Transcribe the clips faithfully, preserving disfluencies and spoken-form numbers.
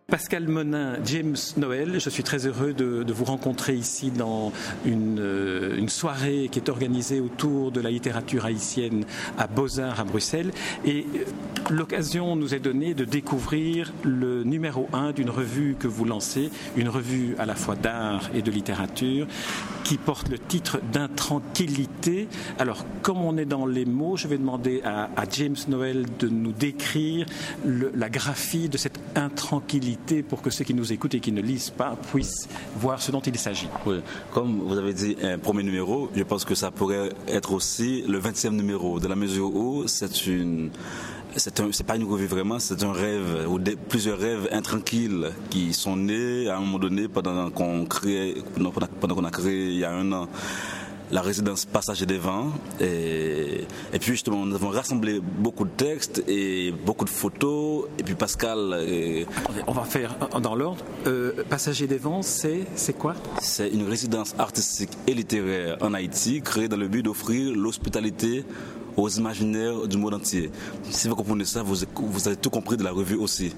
Pascal Monin, James Noël, je suis très heureux de, de vous rencontrer ici dans une, une soirée qui est organisée autour de la littérature haïtienne à Beaux-Arts à Bruxelles. Et l'occasion nous est donnée de découvrir le numéro un d'une revue que vous lancez, une revue à la fois d'art et de littérature, qui porte le titre d'Intranquillité. Alors, comme on est dans les mots, je vais demander à, à James Noël de nous décrire le, la graphie de cette intranquillité pour que ceux qui nous écoutent et qui ne lisent pas puissent voir ce dont il s'agit. Oui. Comme vous avez dit, un premier numéro, je pense que ça pourrait être aussi le vingtième numéro, de la mesure où c'est une... C'est, un, c'est pas une revue vraiment, c'est un rêve, ou des, plusieurs rêves intranquilles qui sont nés à un moment donné pendant qu'on, crée, pendant qu'on a créé il y a un an la résidence Passager des Vents. Et, et puis justement, nous avons rassemblé beaucoup de textes et beaucoup de photos. Et puis Pascal... Et... On va faire dans l'ordre. Euh, Passager des Vents, c'est, c'est quoi ? C'est une résidence artistique et littéraire en Haïti, créée dans le but d'offrir l'hospitalité aux imaginaires du monde entier. Si vous comprenez ça, vous, vous avez tout compris de la revue aussi.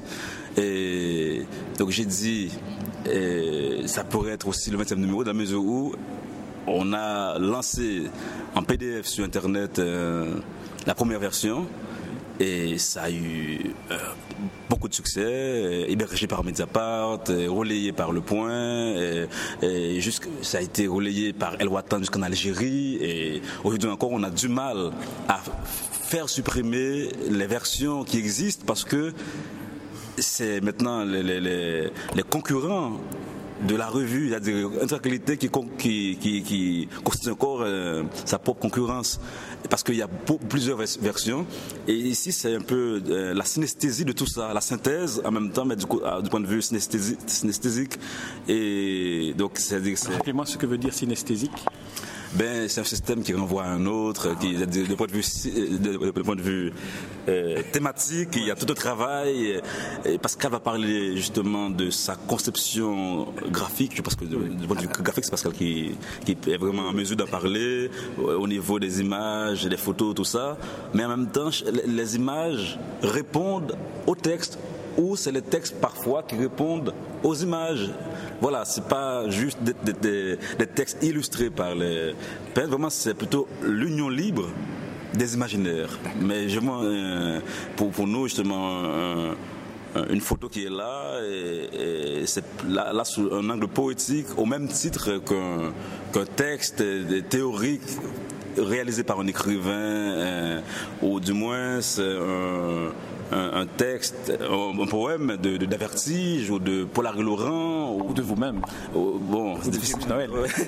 Et donc j'ai dit, et ça pourrait être aussi le vingtième numéro, dans la mesure où on a lancé en P D F sur Internet euh, la première version et ça a eu euh, beaucoup de succès, euh, hébergé par Mediapart, euh, relayé par Le Point, et, et jusqu', ça a été relayé par El Watan jusqu'en Algérie et aujourd'hui encore on a du mal à faire supprimer les versions qui existent parce que c'est maintenant les, les, les, les concurrents de la revue, il y a des intranquillité qui, qui, qui, qui constitue encore euh, sa propre concurrence parce qu'il y a plusieurs versions et ici c'est un peu euh, la synesthésie de tout ça, la synthèse en même temps mais du, coup, du point de vue synesthésique, synesthésique et donc c'est, c'est... Rappelez-moi ce que veut dire synesthésique. Ben, c'est un système qui renvoie à un autre, qui, de, de point de vue, de, de point de vue euh, thématique, il y a tout un travail. Et Pascal va parler justement de sa conception graphique. Je pense que du point de vue graphique, c'est Pascal qui, qui est vraiment en mesure d'en parler au niveau des images, des photos, tout ça. Mais en même temps, les images répondent au texte ou c'est les textes parfois qui répondent aux images. Voilà, c'est pas juste des, des, des, des textes illustrés par les peintres, vraiment c'est plutôt l'union libre des imaginaires. Mais justement, euh, pour, pour nous justement, euh, une photo qui est là, et, et c'est là, là sous un angle poétique, au même titre qu'un, qu'un texte théorique réalisé par un écrivain, euh, ou du moins c'est un... Un, un texte, un, un poème de, de, d'Avertige ou de Paul-Henri Laurent ou, ou de vous-même. Ou, bon, c'est difficile. Noël.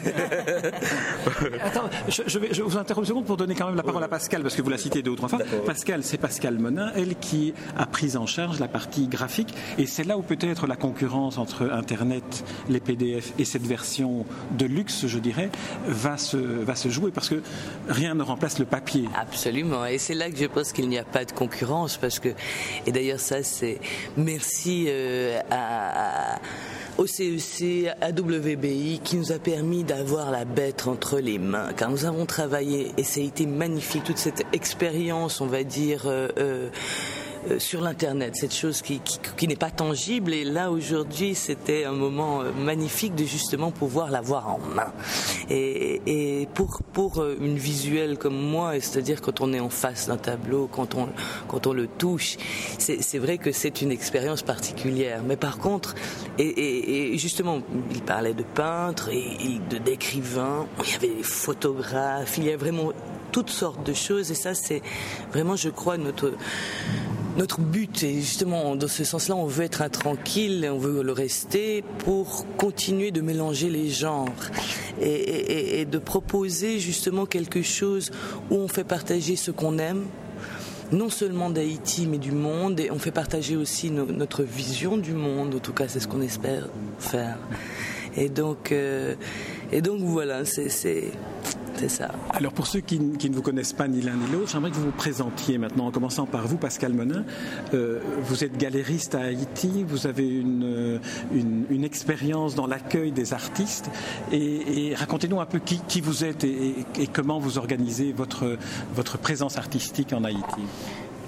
Attends, je, je, vais, je vous interromps une seconde pour donner quand même la parole à Pascal parce que vous la citez deux ou trois fois. D'accord. Pascal, c'est Pascal Monin, elle qui a pris en charge la partie graphique et c'est là où peut-être la concurrence entre Internet, les P D F et cette version de luxe, je dirais, va se, va se jouer parce que rien ne remplace le papier. Absolument, et c'est là que je pense qu'il n'y a pas de concurrence parce que et d'ailleurs ça c'est merci euh, à, à, au C E C, à W B I qui nous a permis d'avoir la bête entre les mains car nous avons travaillé et ça a été magnifique toute cette expérience on va dire euh, euh, Euh, sur l'internet, cette chose qui, qui, qui n'est pas tangible et là aujourd'hui c'était un moment euh, magnifique de justement pouvoir l'avoir en main et, et pour, pour euh, une visuelle comme moi, c'est-à-dire quand on est en face d'un tableau, quand on, quand on le touche, c'est, c'est vrai que c'est une expérience particulière mais par contre et, et, et justement il parlait de peintres et, et de, d'écrivains, il y avait des photographes, il y a vraiment toutes sortes de choses et ça c'est vraiment je crois notre Notre but, et justement dans ce sens-là, on veut être intranquille, on veut le rester pour continuer de mélanger les genres et, et, et de proposer justement quelque chose où on fait partager ce qu'on aime, non seulement d'Haïti mais du monde, et on fait partager aussi no, notre vision du monde, en tout cas c'est ce qu'on espère faire. Et donc, euh, et donc voilà, c'est... c'est C'est ça. Alors pour ceux qui, qui ne vous connaissent pas ni l'un ni l'autre, j'aimerais que vous vous présentiez maintenant, en commençant par vous, Pascal Monin. Euh, vous êtes galériste à Haïti, vous avez une, une, une expérience dans l'accueil des artistes et, et racontez-nous un peu qui, qui vous êtes et, et, et comment vous organisez votre, votre présence artistique en Haïti.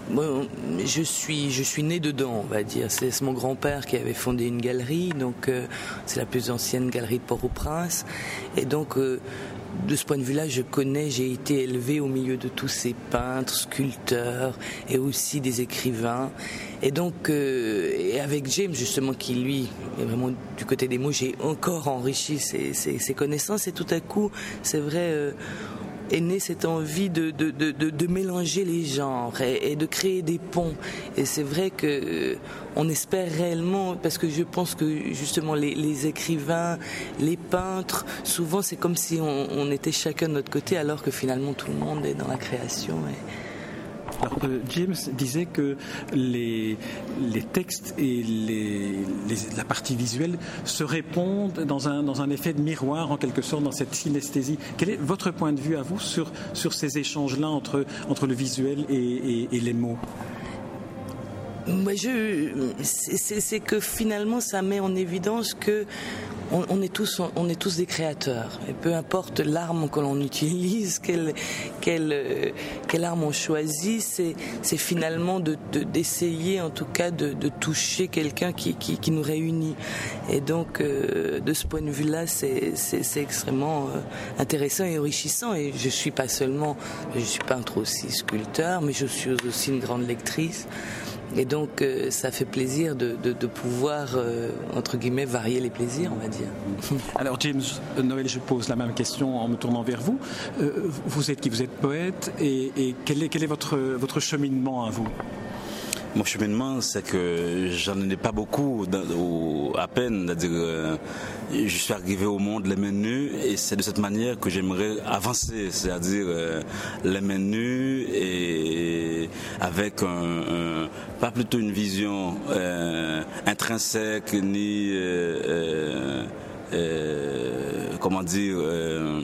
bon, je suis, je suis né dedans, on va dire. C'est, c'est mon grand-père qui avait fondé une galerie, donc euh, c'est la plus ancienne galerie de Port-au-Prince. Et donc, euh, de ce point de vue-là, je connais, j'ai été élevé au milieu de tous ces peintres, sculpteurs et aussi des écrivains. Et donc, euh, et avec James, justement, qui lui est vraiment du côté des mots, j'ai encore enrichi ses, ses, ses connaissances. Et tout à coup, c'est vrai, euh, est née cette envie de, de, de, de, de mélanger les genres et, et de créer des ponts. Et c'est vrai que euh, on espère réellement, parce que je pense que justement les, les écrivains, les peintres, souvent c'est comme si on, on était chacun de notre côté, alors que finalement tout le monde est dans la création. Et... Alors, euh, James disait que les, les textes et les, les, la partie visuelle se répondent dans un, dans un effet de miroir, en quelque sorte, dans cette synesthésie. Quel est votre point de vue à vous sur, sur ces échanges-là entre, entre le visuel et, et, et les mots ? Moi, je, c'est, c'est, c'est que finalement, ça met en évidence que on, on est tous, on est tous des créateurs. Et peu importe l'arme que l'on utilise, quelle, quelle, quelle arme on choisit, c'est, c'est finalement de, de, d'essayer, en tout cas, de, de toucher quelqu'un qui, qui, qui nous réunit. Et donc, euh, de ce point de vue-là, c'est, c'est, c'est extrêmement euh, intéressant et enrichissant. Et je suis pas seulement, je suis peintre aussi, sculpteur, mais je suis aussi une grande lectrice. Et donc, euh, ça fait plaisir de, de, de pouvoir, euh, entre guillemets, varier les plaisirs, on va dire. Alors, James Noël, je pose la même question en me tournant vers vous. Euh, vous êtes qui ? Vous êtes poète, et, et quel est, quel est votre, votre cheminement à vous ? Mon cheminement, c'est que j'en ai pas beaucoup, à peine. C'est-à-dire, euh, je suis arrivé au monde les mains nues, et c'est de cette manière que j'aimerais avancer, c'est-à-dire euh, les mains nues et avec un, un pas plutôt une vision euh, intrinsèque ni euh, euh, euh, comment dire. Euh,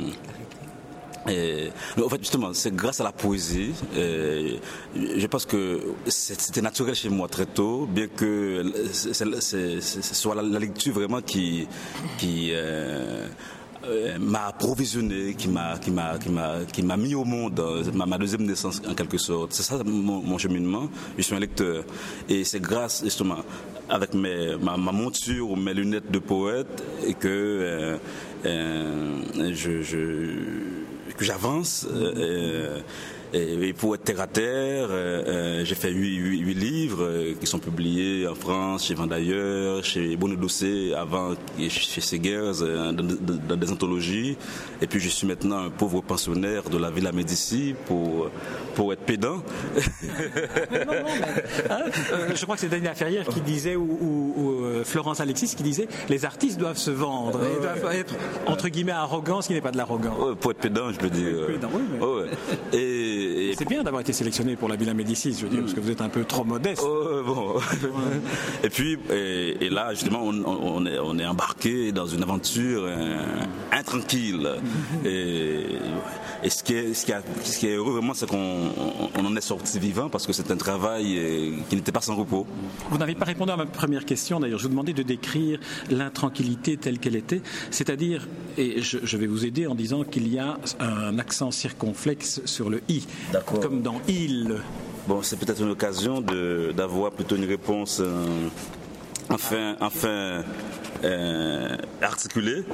Et, en fait, justement, c'est grâce à la poésie. Et je pense que c'était naturel chez moi très tôt, bien que c'est, c'est, c'est, ce soit la, la lecture vraiment qui, qui euh, euh, m'a approvisionné, qui m'a, qui m'a, qui m'a, qui m'a mis au monde, ma, ma deuxième naissance en quelque sorte. C'est ça mon, mon cheminement. Je suis un lecteur, et c'est grâce justement avec mes, ma, ma monture ou mes lunettes de poète et que euh, euh, je, je que j'avance euh, et, et pour être terre à terre, euh, j'ai fait huit, huit, huit livres euh, qui sont publiés en France, chez Vendailleurs, chez Bonnet Dossé, avant chez Segers, euh, dans, dans, dans des anthologies. Et puis je suis maintenant un pauvre pensionnaire de la Villa Médicis pour, pour être pédant. Mais non, non, mais, hein, euh, je crois que c'est Daniela Ferrière qui disait, ou, ou, ou euh, Florence Alexis qui disait, les artistes doivent se vendre, euh, ils doivent être entre guillemets arrogants, ce qui n'est pas de l'arrogance. Ouais, pour être pédant, je peux dire. Oui, pédant, oui, mais... ouais. Et, et... c'est bien d'avoir été sélectionné pour la Villa Médicis, je veux dire, mmh. parce que vous êtes un peu trop modeste. Oh, bon. Et puis, et, et là, justement, on, on, est, on est embarqué dans une aventure euh, intranquille. Et, et ce qui est, ce qui a, ce qui est heureux vraiment, c'est qu'on on, on en est sorti vivant, parce que c'est un travail euh, qui n'était pas sans repos. Vous n'avez pas répondu à ma première question, d'ailleurs. Je vous demandais de décrire l'intranquillité telle qu'elle était, c'est-à-dire, et je, je vais vous aider en disant qu'il y a un accent circonflexe sur le i, D'accord. comme dans il. Bon, c'est peut-être une occasion de, d'avoir plutôt une réponse euh, enfin, enfin euh, articulée.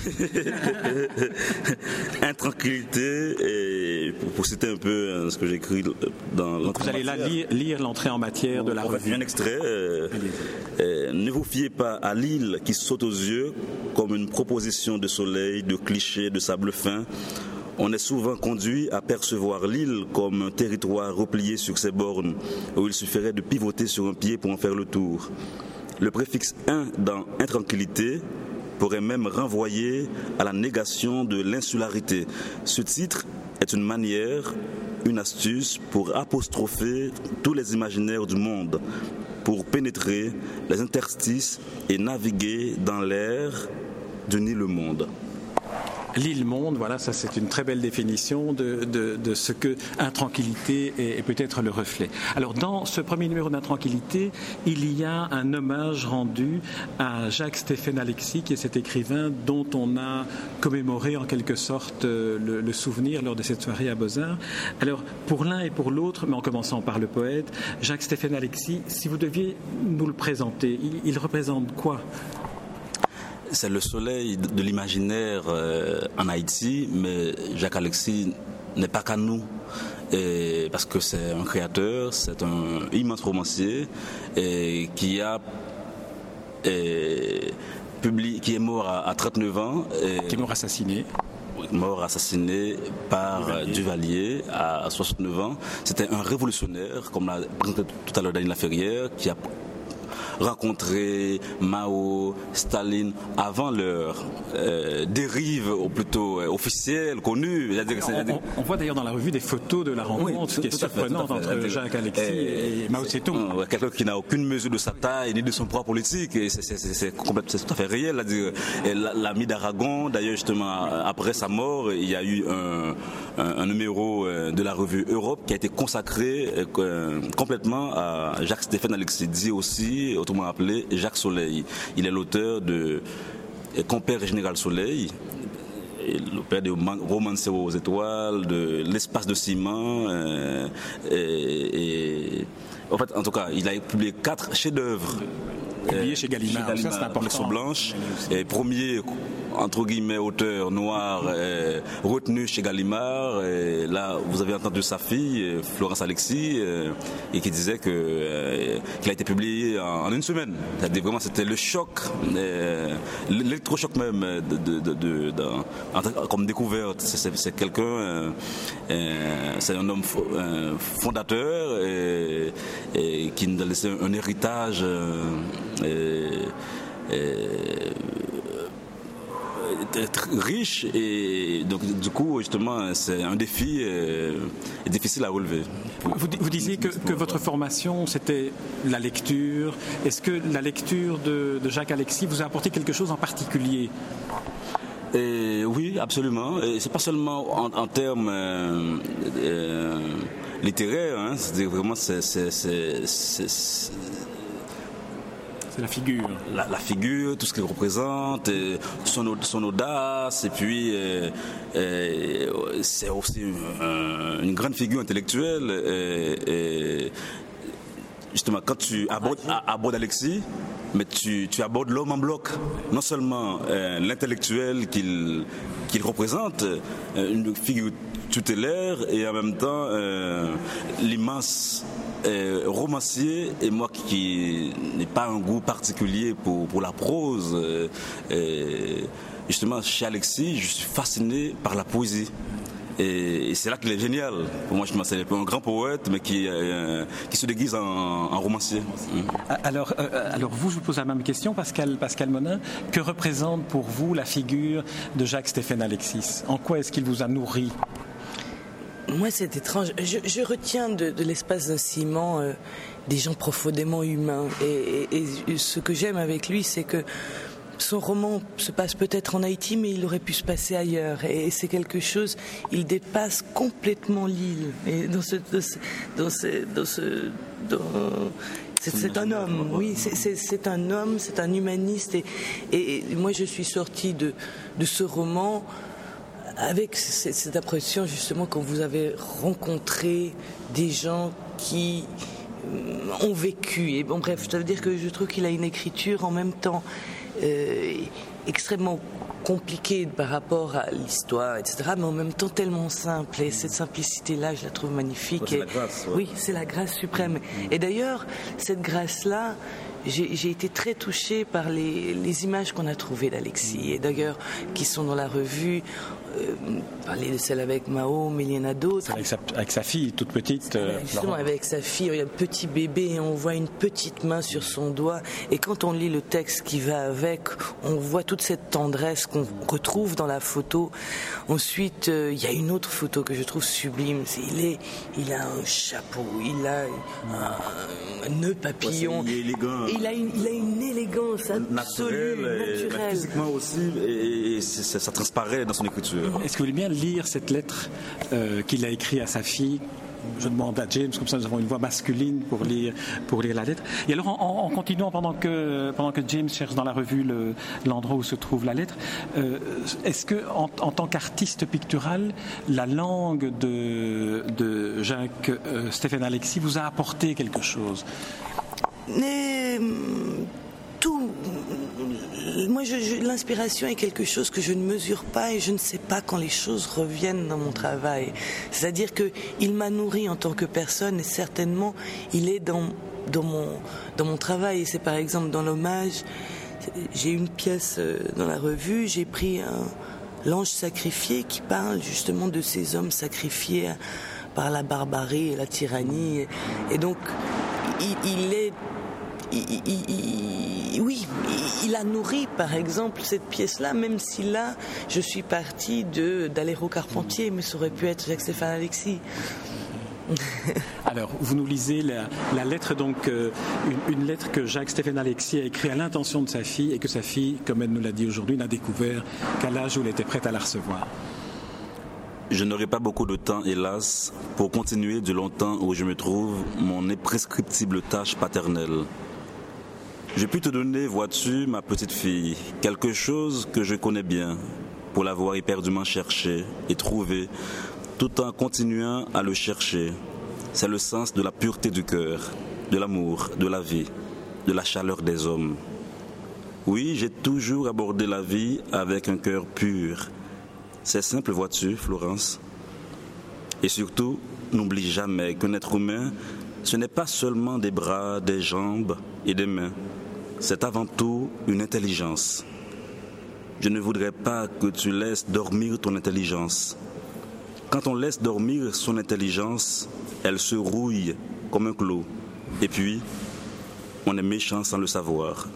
Intranquillité, et pour, pour citer un peu euh, ce que j'écris dans l'entrée. Vous allez là lire, lire l'entrée en matière bon, de la revue. Un extrait. Euh, euh, ne vous fiez pas à l'île qui saute aux yeux comme une proposition de soleil, de clichés, de sable fin. On est souvent conduit à percevoir l'île comme un territoire replié sur ses bornes, où il suffirait de pivoter sur un pied pour en faire le tour. Le préfixe un dans intranquillité pourrait même renvoyer à la négation de l'insularité. Ce titre est une manière, une astuce pour apostropher tous les imaginaires du monde, pour pénétrer les interstices et naviguer dans l'air de ni le monde. l'île monde, voilà, ça c'est une très belle définition de, de, de ce que Intranquillité est, est peut-être le reflet. Alors dans ce premier numéro d'Intranquillité, il y a un hommage rendu à Jacques-Stéphane Alexis, qui est cet écrivain dont on a commémoré en quelque sorte le, le souvenir lors de cette soirée à Beaux-Arts. Alors pour l'un et pour l'autre, mais en commençant par le poète, Jacques-Stéphane Alexis, si vous deviez nous le présenter, il, il représente quoi ? C'est le soleil de l'imaginaire euh, en Haïti, mais Jacques Alexis n'est pas qu'à nous, et parce que c'est un créateur, c'est un immense romancier et qui a et, publié, qui est mort à, à trente-neuf ans. Et, qui est mort assassiné. Mort assassiné par Duvalier, Duvalier à soixante-neuf ans. C'était un révolutionnaire, comme l'a présenté tout à l'heure Daniel Laferrière, qui a rencontrer Mao, Staline avant leur euh, dérive, ou plutôt euh, officielle, connue. On, on, on voit d'ailleurs dans la revue des photos de la rencontre, oui, qui est surprenante entre Jacques Alexis et, et Mao Tse-tung. Euh, quelqu'un qui n'a aucune mesure de sa taille ni de son poids politique, et c'est, c'est, c'est, c'est, c'est tout à fait réel. L'ami d'Aragon, d'ailleurs justement après sa mort, il y a eu un, un, un numéro de la revue Europe qui a été consacré euh, complètement à Jacques-Stéphane Alexis, dit aussi autrement appelé Jacques Soleil. Il est l'auteur de Compère et Général Soleil, l'auteur de Romancer aux étoiles, de L'espace de ciment. Euh, et, et, en fait, en tout cas, il a publié quatre chefs-d'œuvre. Publié chez Gallimard, chez Gallimard, ça c'est important. Blanche, et premier entre guillemets auteur noir euh, retenu chez Gallimard. Et là, vous avez entendu sa fille, Florence Alexis, euh, et qui disait que euh, qu'il a été publié en, en une semaine. C'est-à-dire vraiment, c'était le choc, euh, l'électrochoc même, de, de, de, de, de, comme découverte. C'est, c'est, c'est quelqu'un, euh, euh, c'est un homme euh, fondateur et, et qui nous a laissé un, un héritage. Euh, Et, et, riche, et donc du coup justement c'est un défi euh, difficile à relever. Vous, vous disiez que, que votre formation c'était la lecture. Est-ce que la lecture de, de Jacques Alexis vous a apporté quelque chose en particulier? Et oui, absolument. Et c'est pas seulement en, en termes euh, euh, littéraires, hein. C'est vraiment c'est, c'est, c'est, c'est, c'est C'est la figure. La, la figure, tout ce qu'elle représente, son, son audace, et puis euh, euh, c'est aussi une, une grande figure intellectuelle. Et, et justement, quand tu abordes, abordes Alexis, mais tu, tu abordes l'homme en bloc. Non seulement euh, l'intellectuel qu'il, qu'il représente, euh, une figure tutélaire, et en même temps euh, l'immense Euh, romancier, et moi qui, qui n'ai pas un goût particulier pour, pour la prose, euh, euh, justement chez Alexis je suis fasciné par la poésie, et, et c'est là qu'il est génial. Pour moi, c'est un grand poète, mais qui, euh, qui se déguise en, en romancier. Alors, euh, alors vous, je vous pose la même question, Pascal, Pascal Monin. Que représente pour vous la figure de Jacques-Stéphane Alexis? En quoi est-ce qu'il vous a nourri? Moi, c'est étrange. Je, je retiens de, de l'espace d'un ciment euh, des gens profondément humains. Et, et, et ce que j'aime avec lui, c'est que son roman se passe peut-être en Haïti, mais il aurait pu se passer ailleurs. Et, et c'est quelque chose, il dépasse complètement l'île. Et dans ce, dans ce, dans ce, dans ce dans, c'est, c'est un homme, oui, c'est, c'est, c'est un homme, c'est un humaniste. Et, et, et moi, je suis sortie de, de ce roman avec cette impression justement quand vous avez rencontré des gens qui ont vécu. Et bon, bref, ça veut dire que je trouve qu'il a une écriture en même temps euh, extrêmement compliquée par rapport à l'histoire, et cetera, mais en même temps tellement simple. Et cette simplicité-là, je la trouve magnifique. C'est la grâce, ouais. Oui, c'est la grâce suprême. Et d'ailleurs, cette grâce-là, J'ai, j'ai été très touchée par les, les images qu'on a trouvées d'Alexis, et d'ailleurs qui sont dans la revue, euh, parler de celle avec Mao, mais il y en a d'autres. Avec sa, avec sa fille toute petite. Euh, Justement, avec sa fille, il y a un petit bébé et on voit une petite main sur son doigt. Et quand on lit le texte qui va avec, on voit toute cette tendresse qu'on retrouve dans la photo. Ensuite, euh, il y a une autre photo que je trouve sublime. C'est, il, est, il a un chapeau, il a un, un nœud papillon. Ouais, il est élégant. Il a une, il a une élégance absolue, naturelle, naturelle. Physiquement aussi, et, et ça, ça transparaît dans son écriture. Est-ce que vous voulez bien lire cette lettre euh, qu'il a écrite à sa fille? Je demande à James, comme ça nous avons une voix masculine pour lire, pour lire la lettre. Et alors en, en continuant, pendant que, pendant que James cherche dans la revue le, l'endroit où se trouve la lettre, euh, est-ce que en, en tant qu'artiste pictural, la langue de, de Jacques euh, Stéphane Alexis vous a apporté quelque chose? Mais tout, moi, je, je, l'inspiration est quelque chose que je ne mesure pas et je ne sais pas quand les choses reviennent dans mon travail. C'est-à-dire que il m'a nourri en tant que personne et certainement il est dans dans mon dans mon travail. Et c'est par exemple dans l'hommage, j'ai une pièce dans la revue, j'ai pris un, l'ange sacrifié qui parle justement de ces hommes sacrifiés par la barbarie et la tyrannie. Et, et donc il, il est Il, il, il, oui, il a nourri, par exemple, cette pièce-là, même si là, je suis partie de, d'Aléro Carpentier, mais ça aurait pu être Jacques Stéphane Alexis. Alors, vous nous lisez la, la lettre, donc, euh, une, une lettre que Jacques Stéphane Alexis a écrite à l'intention de sa fille et que sa fille, comme elle nous l'a dit aujourd'hui, n'a découvert qu'à l'âge où elle était prête à la recevoir. Je n'aurai pas beaucoup de temps, hélas, pour continuer du longtemps où je me trouve mon imprescriptible tâche paternelle. Je puis te donner, vois-tu, ma petite fille, quelque chose que je connais bien, pour l'avoir éperdument cherché et trouvé, tout en continuant à le chercher. C'est le sens de la pureté du cœur, de l'amour, de la vie, de la chaleur des hommes. Oui, j'ai toujours abordé la vie avec un cœur pur. C'est simple, vois-tu, Florence. Et surtout, n'oublie jamais qu'un être humain, ce n'est pas seulement des bras, des jambes et des mains. C'est avant tout une intelligence. Je ne voudrais pas que tu laisses dormir ton intelligence. Quand on laisse dormir son intelligence, elle se rouille comme un clou. Et puis, on est méchant sans le savoir.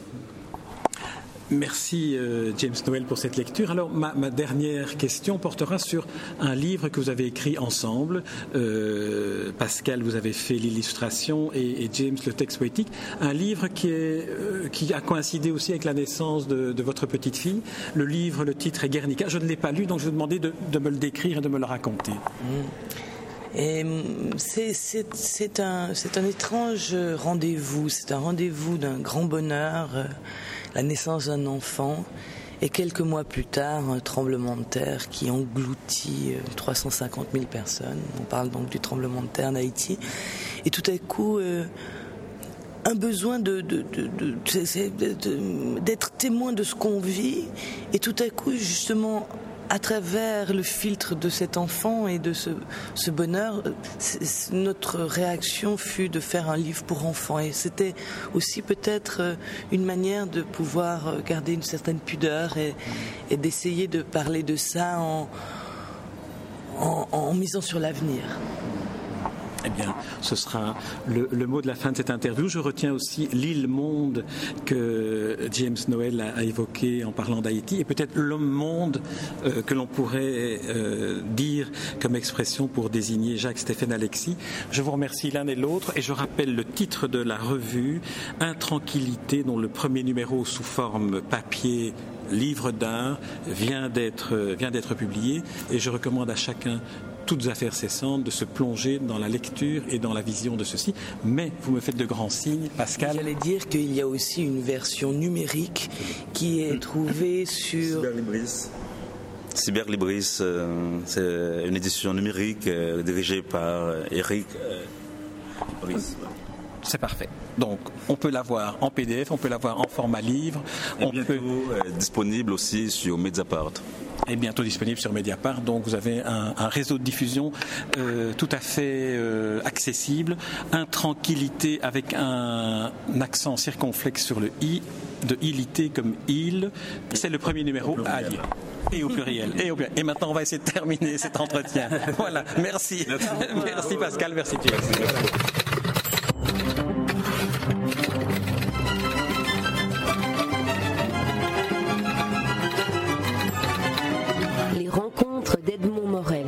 Merci euh, James Noël pour cette lecture. Alors ma, ma dernière question portera sur un livre que vous avez écrit ensemble. Euh, Pascal, vous avez fait l'illustration et, et James le texte poétique. Un livre qui, est, euh, qui a coïncidé aussi avec la naissance de, de votre petite fille. Le livre, le titre est Guernica. Je ne l'ai pas lu, donc je vais vous demander de, de me le décrire et de me le raconter. Mmh. Et c'est, c'est, c'est, un, c'est un étrange rendez-vous. C'est un rendez-vous d'un grand bonheur. La naissance d'un enfant et quelques mois plus tard, un tremblement de terre qui engloutit trois cent cinquante mille personnes. On parle donc du tremblement de terre d'Haïti. Et tout à coup, euh, un besoin de, de, de, de, de, de, d'être témoin de ce qu'on vit. Et tout à coup, justement, à travers le filtre de cet enfant et de ce, ce bonheur, notre réaction fut de faire un livre pour enfants. Et c'était aussi peut-être une manière de pouvoir garder une certaine pudeur et, et d'essayer de parler de ça en, en, en misant sur l'avenir. Eh bien, ce sera le, le mot de la fin de cette interview. Je retiens aussi l'île monde que James Noël a, a évoqué en parlant d'Haïti et peut-être l'homme monde euh, que l'on pourrait euh, dire comme expression pour désigner Jacques Stéphane Alexis. Je vous remercie l'un et l'autre et je rappelle le titre de la revue Intranquillité, dont le premier numéro sous forme papier livre d'art vient d'être, vient d'être publié et je recommande à chacun, toutes affaires cessantes, de se plonger dans la lecture et dans la vision de ceci. Mais vous me faites de grands signes, Pascal. J'allais dire qu'il y a aussi une version numérique qui est trouvée sur... Cyberlibris. Cyberlibris, euh, c'est une édition numérique euh, dirigée par Eric euh, Libris. C'est parfait. Donc, on peut l'avoir en P D F, on peut l'avoir en format livre. Et on bientôt peut... euh, disponible aussi sur Mediapart. Et bientôt disponible sur Mediapart. Donc, vous avez un, un réseau de diffusion euh, tout à fait euh, accessible. Intranquillité avec un, un accent circonflexe sur le i. de ilité comme il. C'est le premier numéro à lire. Et au pluriel. Et, au pluriel. Et maintenant, on va essayer de terminer cet entretien. Voilà, merci. Merci, merci Pascal, merci Thierry. Les rencontres d'Edmond Morel.